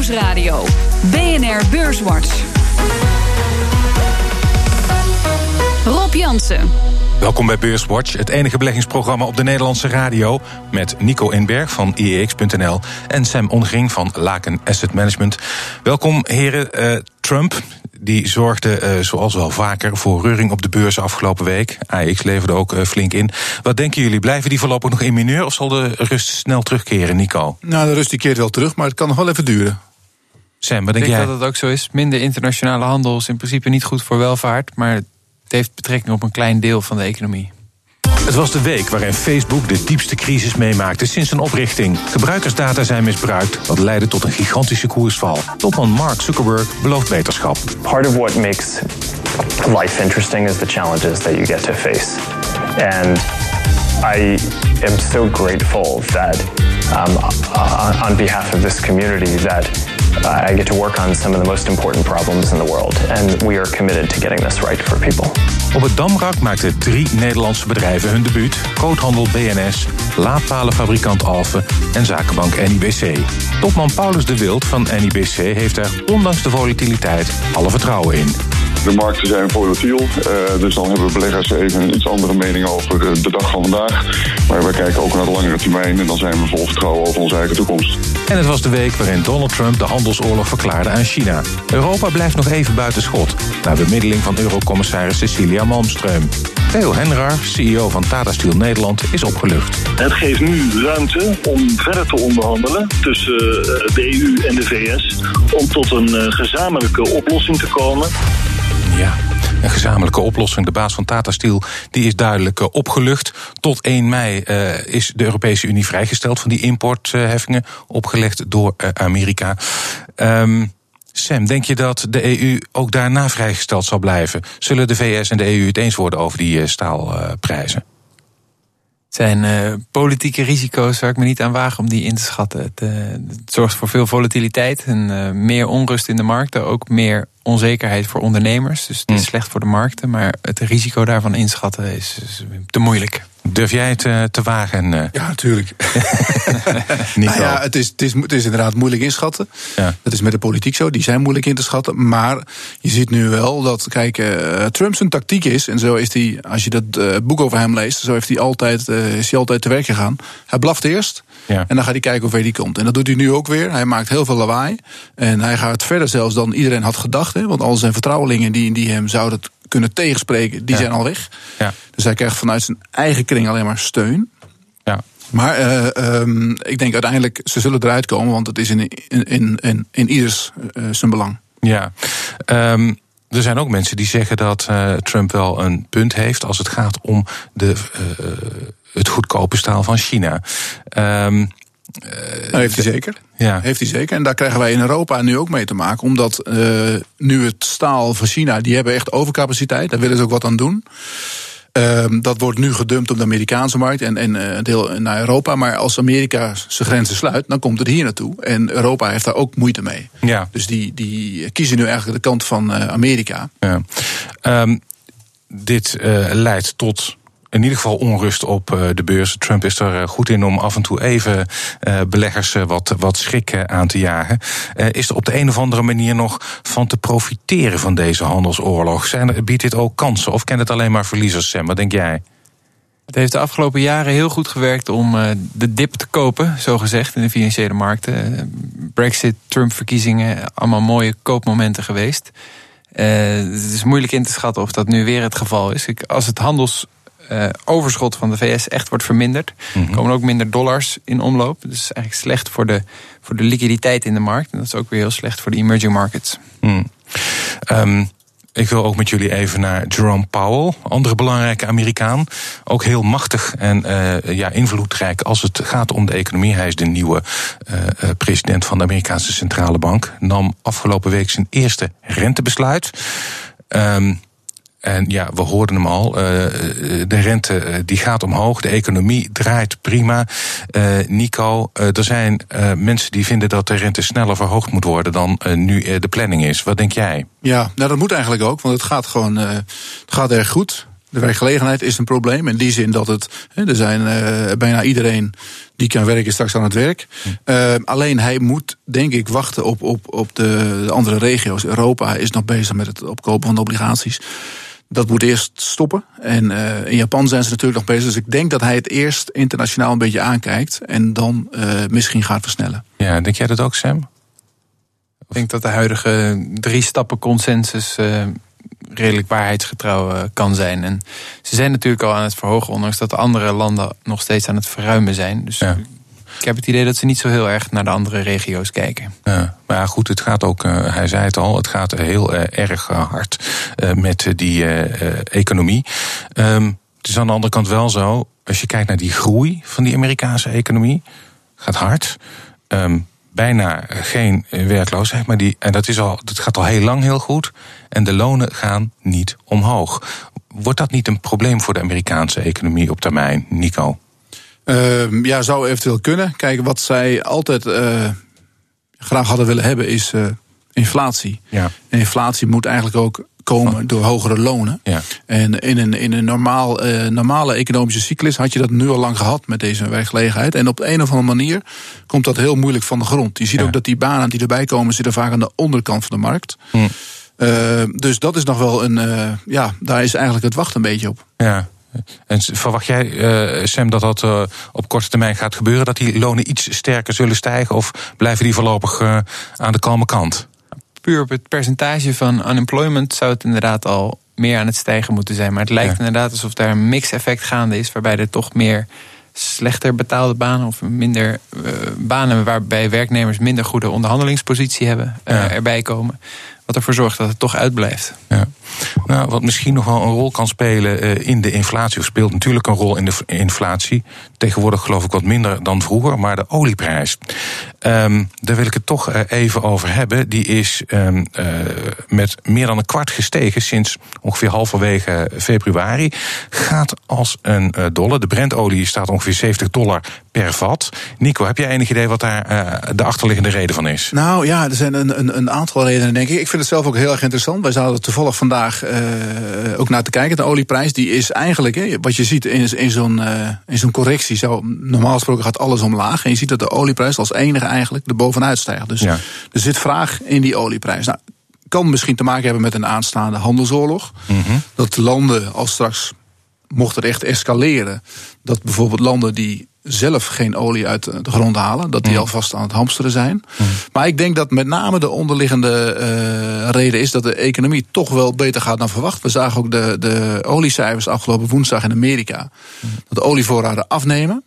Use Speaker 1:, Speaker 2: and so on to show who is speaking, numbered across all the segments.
Speaker 1: Nieuwsradio. BNR Beurswatch. Rob Jansen.
Speaker 2: Welkom bij Beurswatch, het enige beleggingsprogramma op de Nederlandse radio. Met Nico Inberg van IEX.nl en Sam Ongering van Laken Asset Management. Welkom heren. Trump die zorgde zoals wel vaker voor reuring op de beurzen afgelopen week. AEX leverde ook flink in. Wat denken jullie, blijven die voorlopig nog in mineur of zal de rust snel terugkeren, Nico?
Speaker 3: Nou, de rust die keert wel terug, maar het kan nog wel even duren.
Speaker 2: Sam, wat denk jij?
Speaker 4: Ik denk dat het ook zo is. Minder internationale handel is in principe niet goed voor welvaart, maar het heeft betrekking op een klein deel van de economie.
Speaker 2: Het was de week waarin Facebook de diepste crisis meemaakte sinds zijn oprichting. Gebruikersdata zijn misbruikt, wat leidde tot een gigantische koersval. Topman Mark Zuckerberg belooft beterschap.
Speaker 5: Part of what makes life interesting is the challenges that you get to face. And I am so grateful that on behalf of this community that I get to work on some of the most important problems in the world. And we are committed to getting this right for people.
Speaker 2: Op het Damrak maakten 3 Nederlandse bedrijven hun debuut. Groothandel BNS, laadpalenfabrikant Alfen en zakenbank NIBC. Topman Paulus de Wild van NIBC heeft er ondanks de volatiliteit alle vertrouwen in.
Speaker 6: De markten zijn volatiel, dus dan hebben beleggers even een iets andere mening over de dag van vandaag. Maar wij kijken ook naar de langere termijn en dan zijn we vol vertrouwen over onze eigen toekomst.
Speaker 2: En het was de week waarin Donald Trump de handelsoorlog verklaarde aan China. Europa blijft nog even buiten schot, na bemiddeling van Eurocommissaris Cecilia Malmström. Theo Henraar, CEO van Tata Steel Nederland, is opgelucht.
Speaker 7: Het geeft nu ruimte om verder te onderhandelen tussen de EU en de VS... om tot een gezamenlijke oplossing te komen.
Speaker 2: Ja, een gezamenlijke oplossing. De baas van Tata Steel die is duidelijk opgelucht. Tot 1 mei is de Europese Unie vrijgesteld van die importheffingen opgelegd door Amerika. Sam, denk je dat de EU ook daarna vrijgesteld zal blijven? Zullen de VS en de EU het eens worden over die staalprijzen?
Speaker 4: Het zijn politieke risico's waar ik me niet aan waag om die in te schatten. Het zorgt voor veel volatiliteit en meer onrust in de markten. Ook meer onzekerheid voor ondernemers. Dus het is slecht voor de markten. Maar het risico daarvan inschatten is te moeilijk.
Speaker 2: Durf jij het te wagen?
Speaker 3: Ja, natuurlijk.
Speaker 2: Nou
Speaker 3: ja, het is inderdaad moeilijk inschatten.
Speaker 2: Ja.
Speaker 3: Dat is met de politiek zo, die zijn moeilijk in te schatten. Maar je ziet nu wel dat, kijk, Trump zijn tactiek is... en zo is hij, als je dat boek over hem leest... zo heeft hij altijd, is hij altijd te werk gegaan. Hij blaft eerst en dan gaat hij kijken hoe ver hij komt. En dat doet hij nu ook weer. Hij maakt heel veel lawaai. En hij gaat verder zelfs dan iedereen had gedacht. Hè, want al zijn vertrouwelingen die hem zouden kunnen tegenspreken, die zijn al weg. Ja. Dus hij krijgt vanuit zijn eigen kring alleen maar steun. Ja. Maar ik denk uiteindelijk, ze zullen eruit komen, want het is in ieders zijn belang.
Speaker 2: Ja, er zijn ook mensen die zeggen dat Trump wel een punt heeft als het gaat om het goedkope staal van China.
Speaker 3: Dat heeft hij zeker.
Speaker 2: Ja.
Speaker 3: Heeft hij zeker. En daar krijgen wij in Europa nu ook mee te maken. Omdat nu het staal van China, die hebben echt overcapaciteit. Daar willen ze ook wat aan doen. Dat wordt nu gedumpt op de Amerikaanse markt en een deel naar Europa. Maar als Amerika zijn grenzen sluit, dan komt het hier naartoe. En Europa heeft daar ook moeite mee. Ja. Dus die kiezen nu eigenlijk de kant van Amerika.
Speaker 2: Ja. Dit leidt tot in ieder geval onrust op de beurs. Trump is er goed in om af en toe even beleggers wat schrik aan te jagen. Is er op de een of andere manier nog van te profiteren van deze handelsoorlog? Biedt dit ook kansen of kent het alleen maar verliezers, Sam? Wat denk jij?
Speaker 4: Het heeft de afgelopen jaren heel goed gewerkt om de dip te kopen, zogezegd, in de financiële markten. Brexit, Trump-verkiezingen, allemaal mooie koopmomenten geweest. Het is moeilijk in te schatten of dat nu weer het geval is. Als het overschot van de VS echt wordt verminderd, komen ook minder dollars in omloop. Dus het is eigenlijk slecht voor de liquiditeit in de markt. En dat is ook weer heel slecht voor de emerging markets.
Speaker 2: Ik wil ook met jullie even naar Jerome Powell, andere belangrijke Amerikaan. Ook heel machtig en invloedrijk als het gaat om de economie. Hij is de nieuwe president van de Amerikaanse Centrale Bank. Nam afgelopen week zijn eerste rentebesluit. En ja, we hoorden hem al. De rente die gaat omhoog. De economie draait prima. Nico, er zijn mensen die vinden dat de rente sneller verhoogd moet worden dan nu de planning is. Wat denk jij?
Speaker 3: Ja, nou dat moet eigenlijk ook, want het gaat gewoon het gaat erg goed. De werkgelegenheid is een probleem. In die zin dat er zijn bijna iedereen die kan werken straks aan het werk. Alleen hij moet, denk ik, wachten op de andere regio's. Europa is nog bezig met het opkopen van de obligaties. Dat moet eerst stoppen. En in Japan zijn ze natuurlijk nog bezig. Dus ik denk dat hij het eerst internationaal een beetje aankijkt. En dan misschien gaat versnellen.
Speaker 2: Ja, denk jij dat ook, Sam?
Speaker 4: Ik denk dat de huidige 3-stappen consensus redelijk waarheidsgetrouw kan zijn. En ze zijn natuurlijk al aan het verhogen, ondanks dat de andere landen nog steeds aan het verruimen zijn. Dus ik heb het idee dat ze niet zo heel erg naar de andere regio's kijken. Ja,
Speaker 2: maar goed, het gaat ook, hij zei het al, het gaat heel erg hard met die economie. Het is aan de andere kant wel zo, als je kijkt naar die groei van die Amerikaanse economie, gaat hard. Bijna geen werkloosheid, maar dat gaat al heel lang heel goed. En de lonen gaan niet omhoog. Wordt dat niet een probleem voor de Amerikaanse economie op termijn, Nico?
Speaker 3: Zou eventueel kunnen. Kijk, wat zij altijd graag hadden willen hebben is inflatie. Ja. En inflatie moet eigenlijk ook komen door hogere lonen. Ja. En in een normale economische cyclus had je dat nu al lang gehad met deze werkgelegenheid. En op een of andere manier komt dat heel moeilijk van de grond. Je ziet ook dat die banen die erbij komen zitten vaak aan de onderkant van de markt. Dus dat is nog wel daar is eigenlijk het wachten een beetje op.
Speaker 2: Ja. En verwacht jij, Sam, dat op korte termijn gaat gebeuren? Dat die lonen iets sterker zullen stijgen? Of blijven die voorlopig aan de kalme kant?
Speaker 4: Puur op het percentage van unemployment zou het inderdaad al meer aan het stijgen moeten zijn. Maar het lijkt inderdaad alsof daar een mix-effect gaande is, waarbij er toch meer slechter betaalde banen of minder banen waarbij werknemers minder goede onderhandelingspositie hebben erbij komen. Wat ervoor zorgt dat het toch uitblijft. Ja.
Speaker 2: Nou, wat misschien nog wel een rol kan spelen in de inflatie, of speelt natuurlijk een rol in de inflatie. Tegenwoordig geloof ik wat minder dan vroeger, maar de olieprijs. Daar wil ik het toch even over hebben. Die is met meer dan een kwart gestegen sinds ongeveer halverwege februari. Gaat als een dollar. De Brentolie staat ongeveer $70 per vat. Nico, heb jij enig idee wat daar de achterliggende reden van is?
Speaker 3: Nou ja, er zijn een aantal redenen, denk ik. Ik vind het zelf ook heel erg interessant. Wij zaten er toevallig vandaag ook naar te kijken. De olieprijs die is eigenlijk, wat je ziet in zo'n correctie, normaal gesproken gaat alles omlaag. En je ziet dat de olieprijs als enige eigenlijk er bovenuit stijgt. Dus er zit vraag in die olieprijs. Nou, kan misschien te maken hebben met een aanstaande handelsoorlog. Mm-hmm. Dat landen, als straks, mocht het echt escaleren, dat bijvoorbeeld landen die zelf geen olie uit de grond halen, dat die alvast aan het hamsteren zijn. Maar ik denk dat met name de onderliggende reden is dat de economie toch wel beter gaat dan verwacht. We zagen ook de oliecijfers afgelopen woensdag in Amerika, dat de olievoorraden afnemen.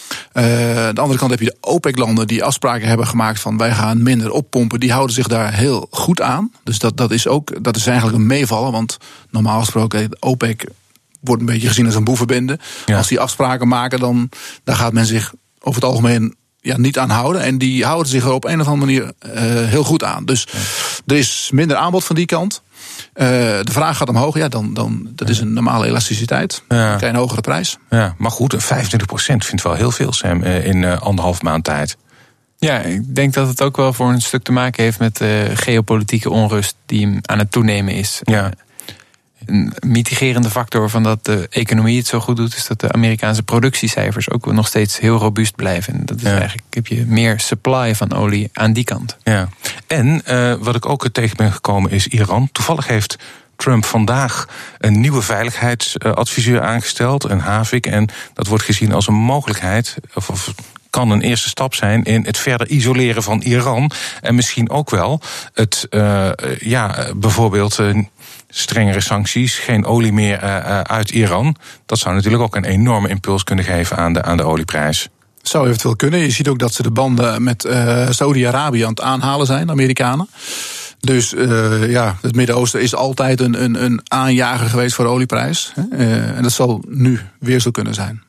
Speaker 3: Aan de andere kant heb je de OPEC-landen die afspraken hebben gemaakt van wij gaan minder oppompen. Die houden zich daar heel goed aan. Dus dat is eigenlijk een meevallen, want normaal gesproken OPEC wordt een beetje gezien als een boevenbende. Ja. Als die afspraken maken, dan gaat men zich over het algemeen niet aan houden. En die houden zich er op een of andere manier heel goed aan. Dus er is minder aanbod van die kant. De vraag gaat omhoog, dat is een normale elasticiteit. Dan krijg je een hogere prijs.
Speaker 2: Ja, maar goed, 25% vindt wel heel veel, Sam, in 1,5 maand tijd.
Speaker 4: Ja, ik denk dat het ook wel voor een stuk te maken heeft met geopolitieke onrust die aan het toenemen is. Ja. Een mitigerende factor van dat de economie het zo goed doet, is dat de Amerikaanse productiecijfers ook nog steeds heel robuust blijven. En dat is eigenlijk, heb je meer supply van olie aan die kant.
Speaker 2: Ja. En wat ik ook tegen ben gekomen is Iran. Toevallig heeft Trump vandaag een nieuwe veiligheidsadviseur aangesteld, een Havik. En dat wordt gezien als een mogelijkheid, of kan een eerste stap zijn in het verder isoleren van Iran. En misschien ook wel het, bijvoorbeeld strengere sancties, geen olie meer uit Iran. Dat zou natuurlijk ook een enorme impuls kunnen geven aan de olieprijs.
Speaker 3: Zou eventueel kunnen. Je ziet ook dat ze de banden met Saudi-Arabië aan het aanhalen zijn, de Amerikanen. Dus het Midden-Oosten is altijd een aanjager geweest voor de olieprijs. En dat zal nu weer zo kunnen zijn.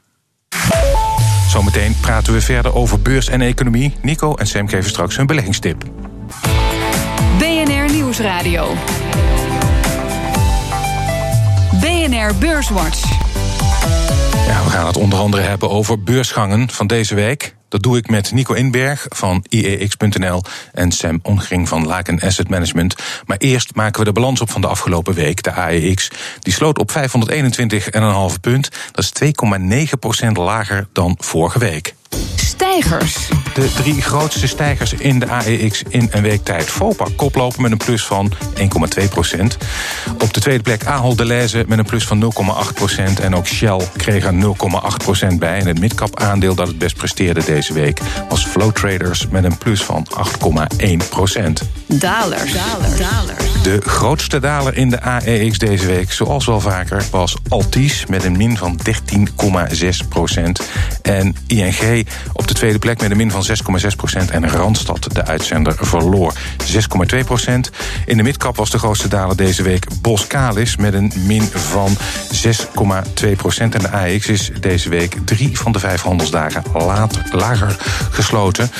Speaker 2: Zometeen praten we verder over beurs en economie. Nico en Sam geven straks hun beleggingstip.
Speaker 1: BNR Nieuwsradio. BNR Beurswatch.
Speaker 2: Ja, we gaan het onder andere hebben over beursgangen van deze week. Dat doe ik met Nico Inberg van IEX.nl en Sam Ongering van Laken Asset Management. Maar eerst maken we de balans op van de afgelopen week. De AEX die sloot op 521,5 punt. Dat is 2,9% lager dan vorige week.
Speaker 1: Stijgers.
Speaker 2: De 3 grootste stijgers in de AEX in een week tijd. Vopak koplopen met een plus van 1,2%. Op de tweede plek Ahold Delhaize met een plus van 0,8%. En ook Shell kreeg er 0,8% bij. En het midcap aandeel dat het best presteerde deze week was Flow Traders met een plus van 8,1%.
Speaker 1: Dalers.
Speaker 2: De grootste daler in de AEX deze week, zoals wel vaker, was Altice met een min van 13,6%. En ING op de tweede plek met een min van 6,6%. En Randstad, de uitzender, verloor 6,2%. In de midcap was de grootste daler deze week Boskalis met een min van 6,2%. En de AEX is deze week 3 van de 5 handelsdagen lager gesloten.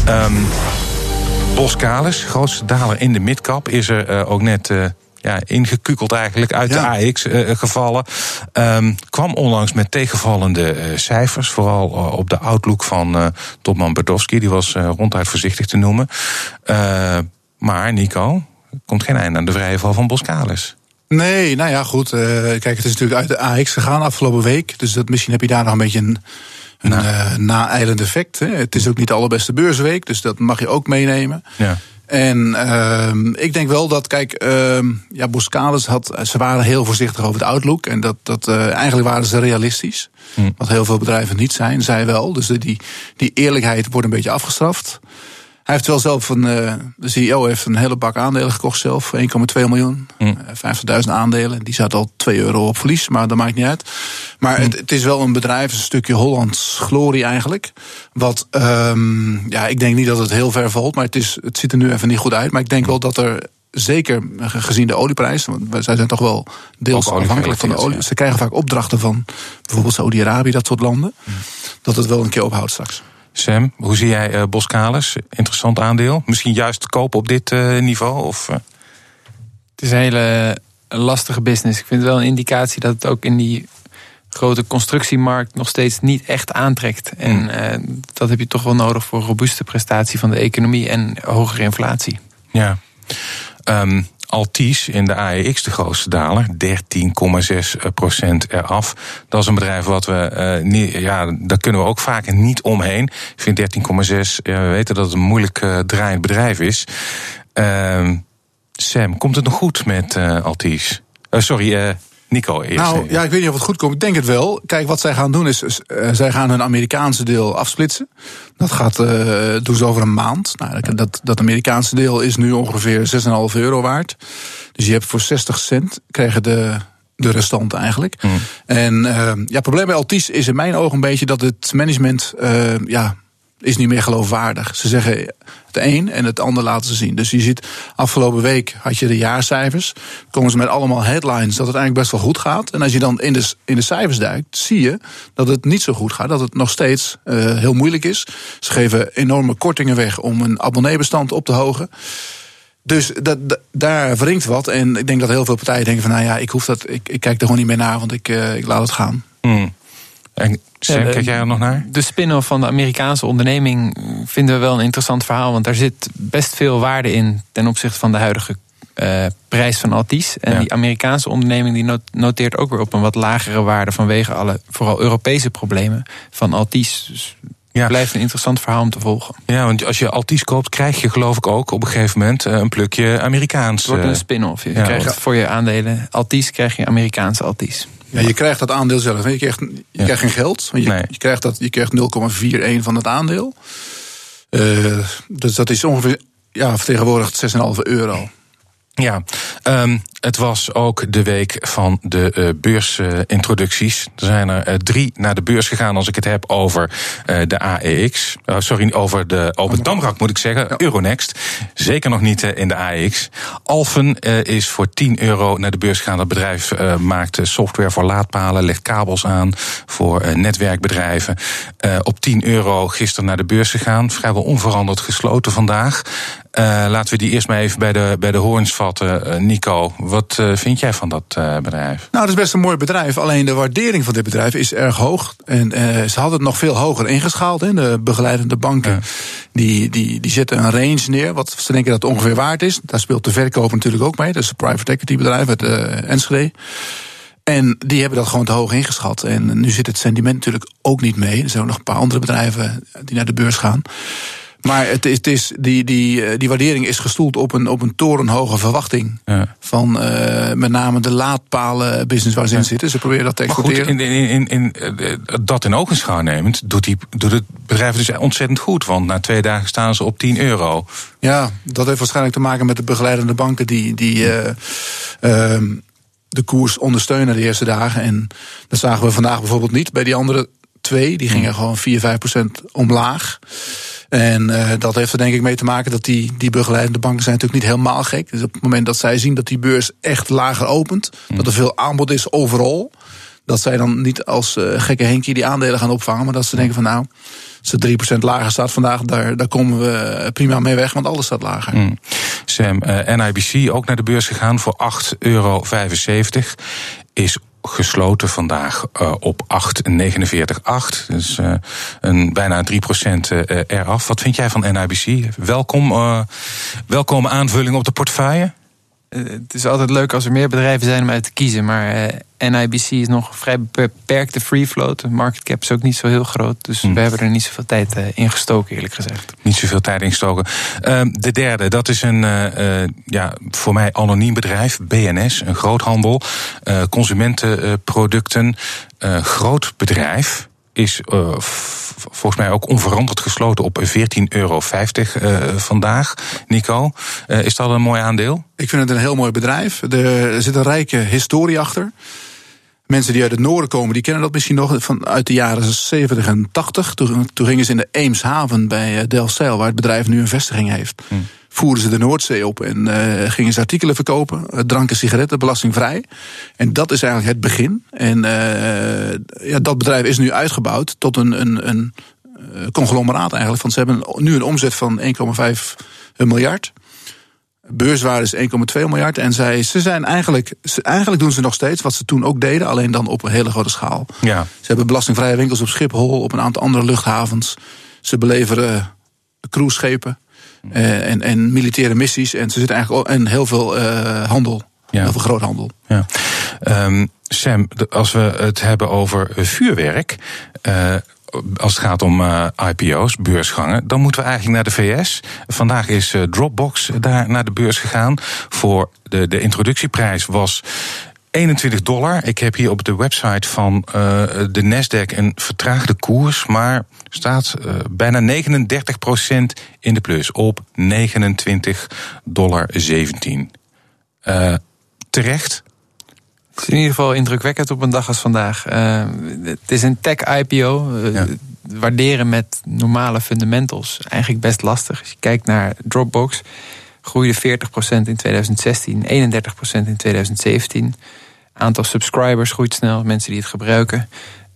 Speaker 2: Boskalis, grootste daler in de midcap, is er ook net ingekukeld eigenlijk uit de AEX gevallen. Kwam onlangs met tegenvallende cijfers, vooral op de outlook van topman Berdovsky. Die was ronduit voorzichtig te noemen. Maar Nico, er komt geen einde aan de vrije val van Boskalis.
Speaker 3: Nee, nou ja, goed. Kijk, het is natuurlijk uit de AEX gegaan afgelopen week. Dus misschien heb je daar nog een beetje een na-eilend effect. Hè. Het is ook niet de allerbeste beursweek, dus dat mag je ook meenemen. Ja. En ik denk wel dat, kijk, Boskalis ze waren heel voorzichtig over de outlook. En eigenlijk waren ze realistisch. Wat heel veel bedrijven niet zijn, zij wel. Dus die eerlijkheid wordt een beetje afgestraft. Hij heeft wel zelf de CEO heeft een hele bak aandelen gekocht zelf. 1,2 miljoen. 50.000 aandelen. Die zat al €2 op verlies, maar dat maakt niet uit. Maar het is wel een bedrijf, een stukje Hollands glorie eigenlijk. Wat, ik denk niet dat het heel ver valt. Maar het ziet er nu even niet goed uit. Maar ik denk wel dat er, zeker gezien de olieprijs, want zij zijn toch wel deels afhankelijk van de olie. Ze krijgen vaak opdrachten van bijvoorbeeld Saudi-Arabië, dat soort landen. Dat het wel een keer ophoudt straks.
Speaker 2: Sam, hoe zie jij Boskalis? Interessant aandeel? Misschien juist te kopen op dit niveau? Of?
Speaker 4: Het is een hele lastige business. Ik vind het wel een indicatie dat het ook in die grote constructiemarkt nog steeds niet echt aantrekt. En dat heb je toch wel nodig voor robuuste prestatie van de economie en hogere inflatie. Ja.
Speaker 2: Altice in de AEX, de grootste daler, 13,6% eraf. Dat is een bedrijf wat daar kunnen we ook vaker niet omheen. Ik vind 13,6, we weten dat het een moeilijk draaiend bedrijf is. Sam, komt het nog goed met Altice? Nico eerst.
Speaker 3: Nou, ja, ik weet niet of het goed komt. Ik denk het wel. Kijk, wat zij gaan doen is, zij gaan hun Amerikaanse deel afsplitsen. Dat doen ze over een maand. Nou, dat Amerikaanse deel is nu ongeveer €6,5 waard. Dus je hebt voor 60 cent krijgen de restant eigenlijk. En het probleem bij Altice is in mijn ogen een beetje dat het management is niet meer geloofwaardig. Ze zeggen het een en het ander laten ze zien. Dus je ziet, afgelopen week had je de jaarcijfers. Komen ze met allemaal headlines dat het eigenlijk best wel goed gaat. En als je dan in de cijfers duikt, zie je dat het niet zo goed gaat. Dat het nog steeds heel moeilijk is. Ze geven enorme kortingen weg om een abonneebestand op te hogen. Dus daar wringt wat. En ik denk dat heel veel partijen denken van, ik hoef dat, ik kijk er gewoon niet meer naar, want ik laat het gaan.
Speaker 2: En Sam, kijk jij er nog naar?
Speaker 4: De spin-off van de Amerikaanse onderneming vinden we wel een interessant verhaal. Want daar zit best veel waarde in ten opzichte van de huidige prijs van Altice. En die Amerikaanse onderneming die noteert ook weer op een wat lagere waarde vanwege alle, vooral Europese problemen van Altice. Dus het blijft een interessant verhaal om te volgen.
Speaker 2: Ja, want als je Altice koopt, krijg je geloof ik ook op een gegeven moment een plukje Amerikaans.
Speaker 4: Het wordt een spin-off. Je krijgt voor je aandelen Altice, krijg je Amerikaanse Altice.
Speaker 3: Ja, je krijgt dat aandeel zelf. Je krijgt geen geld. Je krijgt 0,41 van het aandeel. Dus dat is ongeveer vertegenwoordigd €6,5.
Speaker 2: Ja, het was ook de week van de beursintroducties. Er zijn er 3 naar de beurs gegaan als ik het heb over de AEX. Over de Damrak moet ik zeggen. Ja. Euronext. Zeker nog niet in de AEX. Alphen is voor €10 naar de beurs gegaan. Dat bedrijf maakt software voor laadpalen, legt kabels aan voor netwerkbedrijven. Op €10 gisteren naar de beurs gegaan. Vrijwel onveranderd gesloten vandaag. Laten we die eerst maar even bij de hoorns vatten, Nico. Wat vind jij van dat bedrijf?
Speaker 3: Nou, dat is best een mooi bedrijf. Alleen de waardering van dit bedrijf is erg hoog. En ze hadden het nog veel hoger ingeschaald. Hè. De begeleidende banken die zetten een range neer. Wat ze denken dat het ongeveer waard is. Daar speelt de verkoop natuurlijk ook mee. Dat is een private equity bedrijf uit Enschede. En die hebben dat gewoon te hoog ingeschat. En nu zit het sentiment natuurlijk ook niet mee. Er zijn ook nog een paar andere bedrijven die naar de beurs gaan. Maar het is, die waardering is gestoeld op een torenhoge verwachting. Ja. Van met name de laadpalen business waar ze in zitten. Ze proberen dat te exporteren.
Speaker 2: Maar goed, dat in ogenschouw nemend doet het bedrijf dus ontzettend goed. Want na 2 dagen staan ze op €10.
Speaker 3: Ja, dat heeft waarschijnlijk te maken met de begeleidende banken die de koers ondersteunen de eerste dagen. En dat zagen we vandaag bijvoorbeeld niet. Bij die andere 2, die gingen gewoon 4-5% omlaag. En dat heeft er denk ik mee te maken dat die begeleidende banken zijn natuurlijk niet helemaal gek. Dus op het moment dat zij zien dat die beurs echt lager opent, dat er veel aanbod is overal, dat zij dan niet als gekke Henkie die aandelen gaan opvangen, maar dat ze denken van nou, als het 3% lager staat vandaag, daar komen we prima mee weg, want alles staat lager.
Speaker 2: Sam, NIBC ook naar de beurs gegaan voor €8,75. Is gesloten vandaag op 8,49,8. Dus bijna 3% eraf. Wat vind jij van NIBC? Welkome aanvulling op de portefeuille?
Speaker 4: Het is altijd leuk als er meer bedrijven zijn om uit te kiezen. Maar NIBC is nog een vrij beperkte free float. De market cap is ook niet zo heel groot. Dus we hebben er niet zoveel tijd in gestoken, eerlijk gezegd.
Speaker 2: Niet zoveel tijd in gestoken. De derde, dat is een voor mij anoniem bedrijf. BNS, een groothandel. Consumentenproducten. Groot bedrijf. Is volgens mij ook onveranderd gesloten op €14,50 vandaag. Nico, is dat een mooi aandeel?
Speaker 3: Ik vind het een heel mooi bedrijf. Er zit een rijke historie achter. Mensen die uit het noorden komen, die kennen dat misschien nog uit de jaren 70 en 80. Toen gingen ze in de Eemshaven bij Delfzijl, waar het bedrijf nu een vestiging heeft. Voeren ze de Noordzee op en gingen ze artikelen verkopen. Drank en sigaretten, belastingvrij. En dat is eigenlijk het begin. En dat bedrijf is nu uitgebouwd tot een conglomeraat eigenlijk. Want ze hebben nu een omzet van 1,5 miljard. Beurswaarde is 1,2 miljard. En ze zijn eigenlijk doen ze nog steeds wat ze toen ook deden, alleen dan op een hele grote schaal.
Speaker 2: Ja.
Speaker 3: Ze hebben belastingvrije winkels op Schiphol, op een aantal andere luchthavens. Ze beleveren cruiseschepen. En militaire missies. En ze zitten eigenlijk en heel veel handel. Ja. Heel veel groothandel. Ja.
Speaker 2: Sam, als we het hebben over vuurwerk, als het gaat om IPO's, beursgangen, dan moeten we eigenlijk naar de VS. Vandaag is Dropbox daar naar de beurs gegaan. Voor de introductieprijs was $21. Ik heb hier op de website van de Nasdaq een vertraagde koers, maar staat bijna 39% in de plus op $29,17. Terecht?
Speaker 4: Het is in ieder geval indrukwekkend op een dag als vandaag. Het is een tech-IPO. Waarderen met normale fundamentals eigenlijk best lastig. Als je kijkt naar Dropbox, groeide 40% in 2016, 31% in 2017. Aantal subscribers groeit snel, mensen die het gebruiken.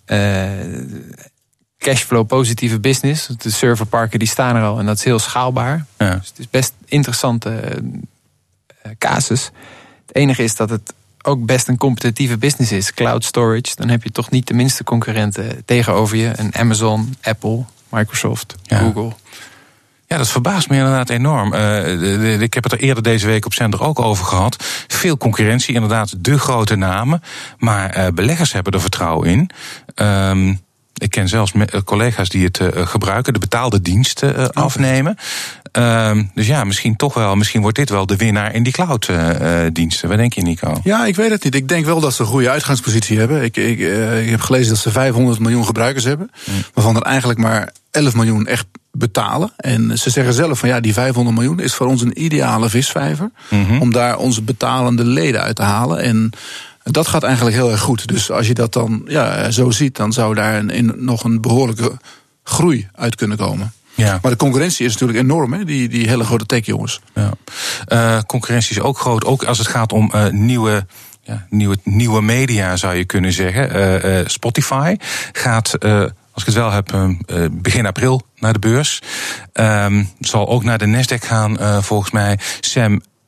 Speaker 4: Cashflow positieve business. De serverparken die staan er al en dat is heel schaalbaar. Ja. Dus het is best een interessante casus. Het enige is dat het ook best een competitieve business is. Cloud storage, dan heb je toch niet de minste concurrenten tegenover je. Een Amazon, Apple, Microsoft, Google.
Speaker 2: Ja, dat verbaast me inderdaad enorm. Ik heb het er eerder deze week op zender ook over gehad. Veel concurrentie, inderdaad de grote namen. Maar beleggers hebben er vertrouwen in. Ik ken zelfs collega's die het gebruiken, de betaalde diensten afnemen. Dus ja, misschien wordt dit wel de winnaar in die cloud-diensten. Wat denk je, Nico?
Speaker 3: Ja, ik weet het niet. Ik denk wel dat ze een goede uitgangspositie hebben. Ik heb gelezen dat ze 500 miljoen gebruikers hebben. Waarvan er eigenlijk maar 11 miljoen echt betalen. En ze zeggen zelf van die 500 miljoen is voor ons een ideale visvijver. Om daar onze betalende leden uit te halen. En dat gaat eigenlijk heel erg goed. Dus als je dat dan zo ziet, dan zou daar nog een behoorlijke groei uit kunnen komen. Ja. Maar de concurrentie is natuurlijk enorm, hè? Die hele grote tech-jongens. Ja.
Speaker 2: Concurrentie is ook groot, ook als het gaat om nieuwe media, zou je kunnen zeggen. Spotify gaat, als ik het wel heb, begin april naar de beurs. Zal ook naar de Nasdaq gaan, volgens mij. Sam,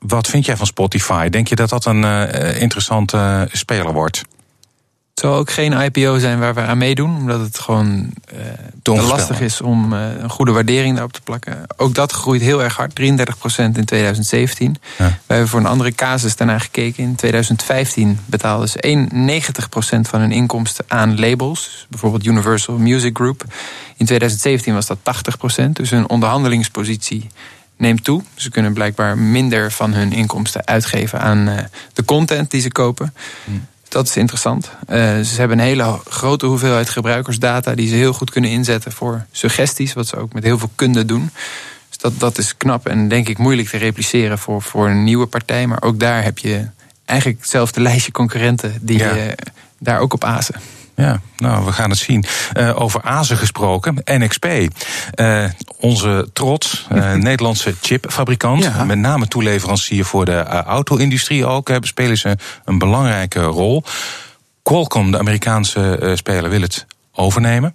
Speaker 2: wat vind jij van Spotify? Denk je dat dat een interessante speler wordt?
Speaker 4: Het zal ook geen IPO zijn waar we aan meedoen, omdat het gewoon te lastig is om een goede waardering daarop te plakken. Ook dat groeit heel erg hard, 33% in 2017. Ja. We hebben voor een andere casus daarna gekeken. In 2015 betaalden ze 91% van hun inkomsten aan labels, bijvoorbeeld Universal Music Group. In 2017 was dat 80%, dus hun onderhandelingspositie neemt toe. Ze kunnen blijkbaar minder van hun inkomsten uitgeven aan de content die ze kopen. Dat is interessant. Ze hebben een hele grote hoeveelheid gebruikersdata die ze heel goed kunnen inzetten voor suggesties, wat ze ook met heel veel kunde doen. Dus dat is knap en denk ik moeilijk te repliceren voor een nieuwe partij. Maar ook daar heb je eigenlijk hetzelfde lijstje concurrenten die daar ook op azen.
Speaker 2: Ja, nou, we gaan het zien. Over azen gesproken, NXP. Onze trots, Nederlandse chipfabrikant. Ja. Met name toeleverancier voor de auto-industrie ook. Spelen ze een belangrijke rol. Qualcomm, de Amerikaanse speler, wil het overnemen.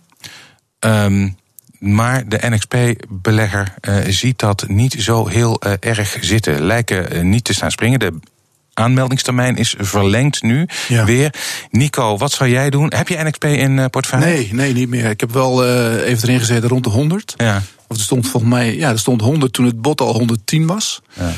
Speaker 2: Maar de NXP-belegger ziet dat niet zo heel erg zitten. Lijken niet te staan springen. De aanmeldingstermijn is verlengd nu weer. Nico, wat zou jij doen? Heb je NXP in portefeuille?
Speaker 3: Nee, niet meer. Ik heb wel even erin gezeten rond de 100. Ja. Of er stond volgens mij, er stond 100 toen het bod al 110 was. Ja.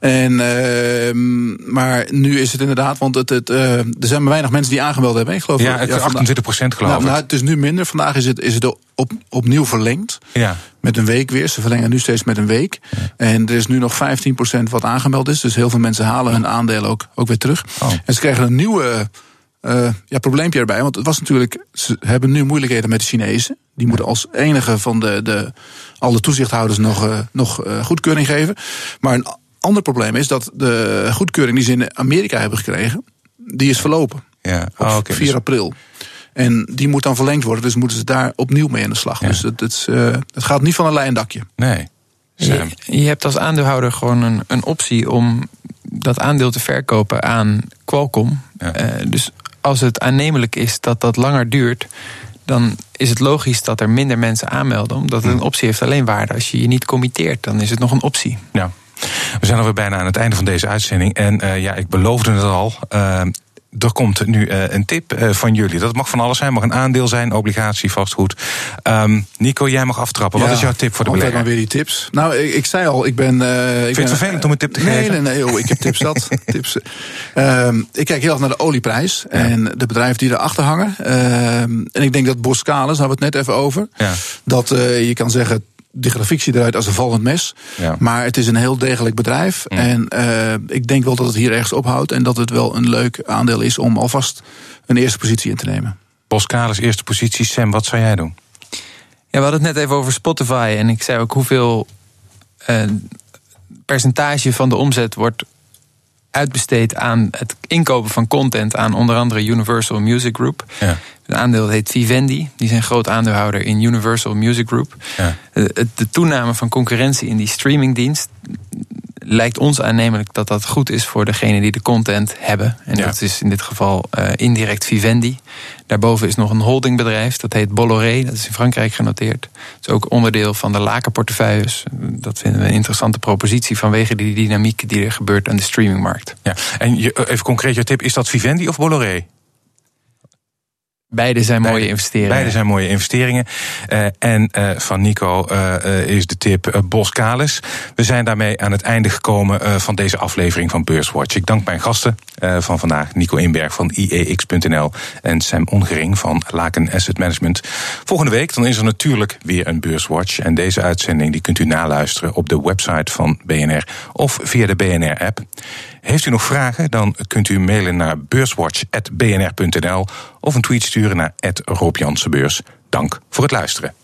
Speaker 3: Maar nu is het inderdaad, want er zijn maar weinig mensen die aangemeld hebben. Ik geloof
Speaker 2: 28% geloof ik.
Speaker 3: Nou, het is nu minder. Vandaag is het opnieuw verlengd. Ja. Met een week weer. Ze verlengen nu steeds met een week. Ja. En er is nu nog 15% wat aangemeld is. Dus heel veel mensen halen hun aandelen ook weer terug. Oh. En ze krijgen een nieuwe probleempje erbij. Want het was natuurlijk, ze hebben nu moeilijkheden met de Chinezen. Die moeten als enige van alle toezichthouders nog goedkeuring geven. Maar een ander probleem is dat de goedkeuring die ze in Amerika hebben gekregen, die is verlopen. Ja. Op 4 april. En die moet dan verlengd worden, dus moeten ze daar opnieuw mee aan de slag. Ja. Dus het gaat niet van een lijn dakje.
Speaker 2: Nee.
Speaker 4: Je hebt als aandeelhouder gewoon een optie om dat aandeel te verkopen aan Qualcomm. Ja. Dus als het aannemelijk is dat dat langer duurt, dan is het logisch dat er minder mensen aanmelden. Omdat het een optie heeft alleen waarde. Als je je niet committeert, dan is het nog een optie.
Speaker 2: Ja. We zijn alweer bijna aan het einde van deze uitzending. En ik beloofde het al. Er komt nu een tip van jullie. Dat mag van alles zijn. Mag een aandeel zijn, obligatie, vastgoed. Nico, jij mag aftrappen. Wat is jouw tip voor de belegger?
Speaker 3: Maar weer die tips. Nou, ik zei al, ik ben...
Speaker 2: Vind je het vervelend om een tip te geven?
Speaker 3: Nee, ik heb tips zat. Tips. Ik kijk heel erg naar de olieprijs. Ja. En de bedrijven die erachter hangen. En ik denk dat Boskalis, daar hebben we het net even over. Ja. Dat je kan zeggen, de grafiek ziet eruit als een vallend mes. Ja. Maar het is een heel degelijk bedrijf. Ja. En ik denk wel dat het hier ergens ophoudt. En dat het wel een leuk aandeel is om alvast een eerste positie in te nemen.
Speaker 2: Boskalis, eerste positie. Sam, wat zou jij doen?
Speaker 4: Ja, we hadden het net even over Spotify. En ik zei ook hoeveel percentage van de omzet wordt uitbesteed aan het inkopen van content aan onder andere Universal Music Group. Ja. Een aandeel heet Vivendi. Die zijn groot aandeelhouder in Universal Music Group. Ja. De toename van concurrentie in die streamingdienst lijkt ons aannemelijk dat dat goed is voor degene die de content hebben. En dat is in dit geval indirect Vivendi. Daarboven is nog een holdingbedrijf, dat heet Bolloré. Dat is in Frankrijk genoteerd. Dat is ook onderdeel van de lakenportefeuilles. Dat vinden we een interessante propositie vanwege die dynamiek die er gebeurt aan de streamingmarkt. Ja.
Speaker 2: En even concreet, je tip, is dat Vivendi of Bolloré?
Speaker 4: Beide zijn mooie investeringen.
Speaker 2: Beide zijn mooie investeringen. En van Nico is de tip Boskalis. We zijn daarmee aan het einde gekomen van deze aflevering van Beurswatch. Ik dank mijn gasten van vandaag, Nico Inberg van IEX.nl en Sam Ongering van Laken Asset Management. Volgende week dan is er natuurlijk weer een Beurswatch. En deze uitzending die kunt u naluisteren op de website van BNR of via de BNR-app. Heeft u nog vragen, dan kunt u mailen naar beurswatch@bnr.nl of een tweet sturen naar @Rob Jansenbeurs. Dank voor het luisteren.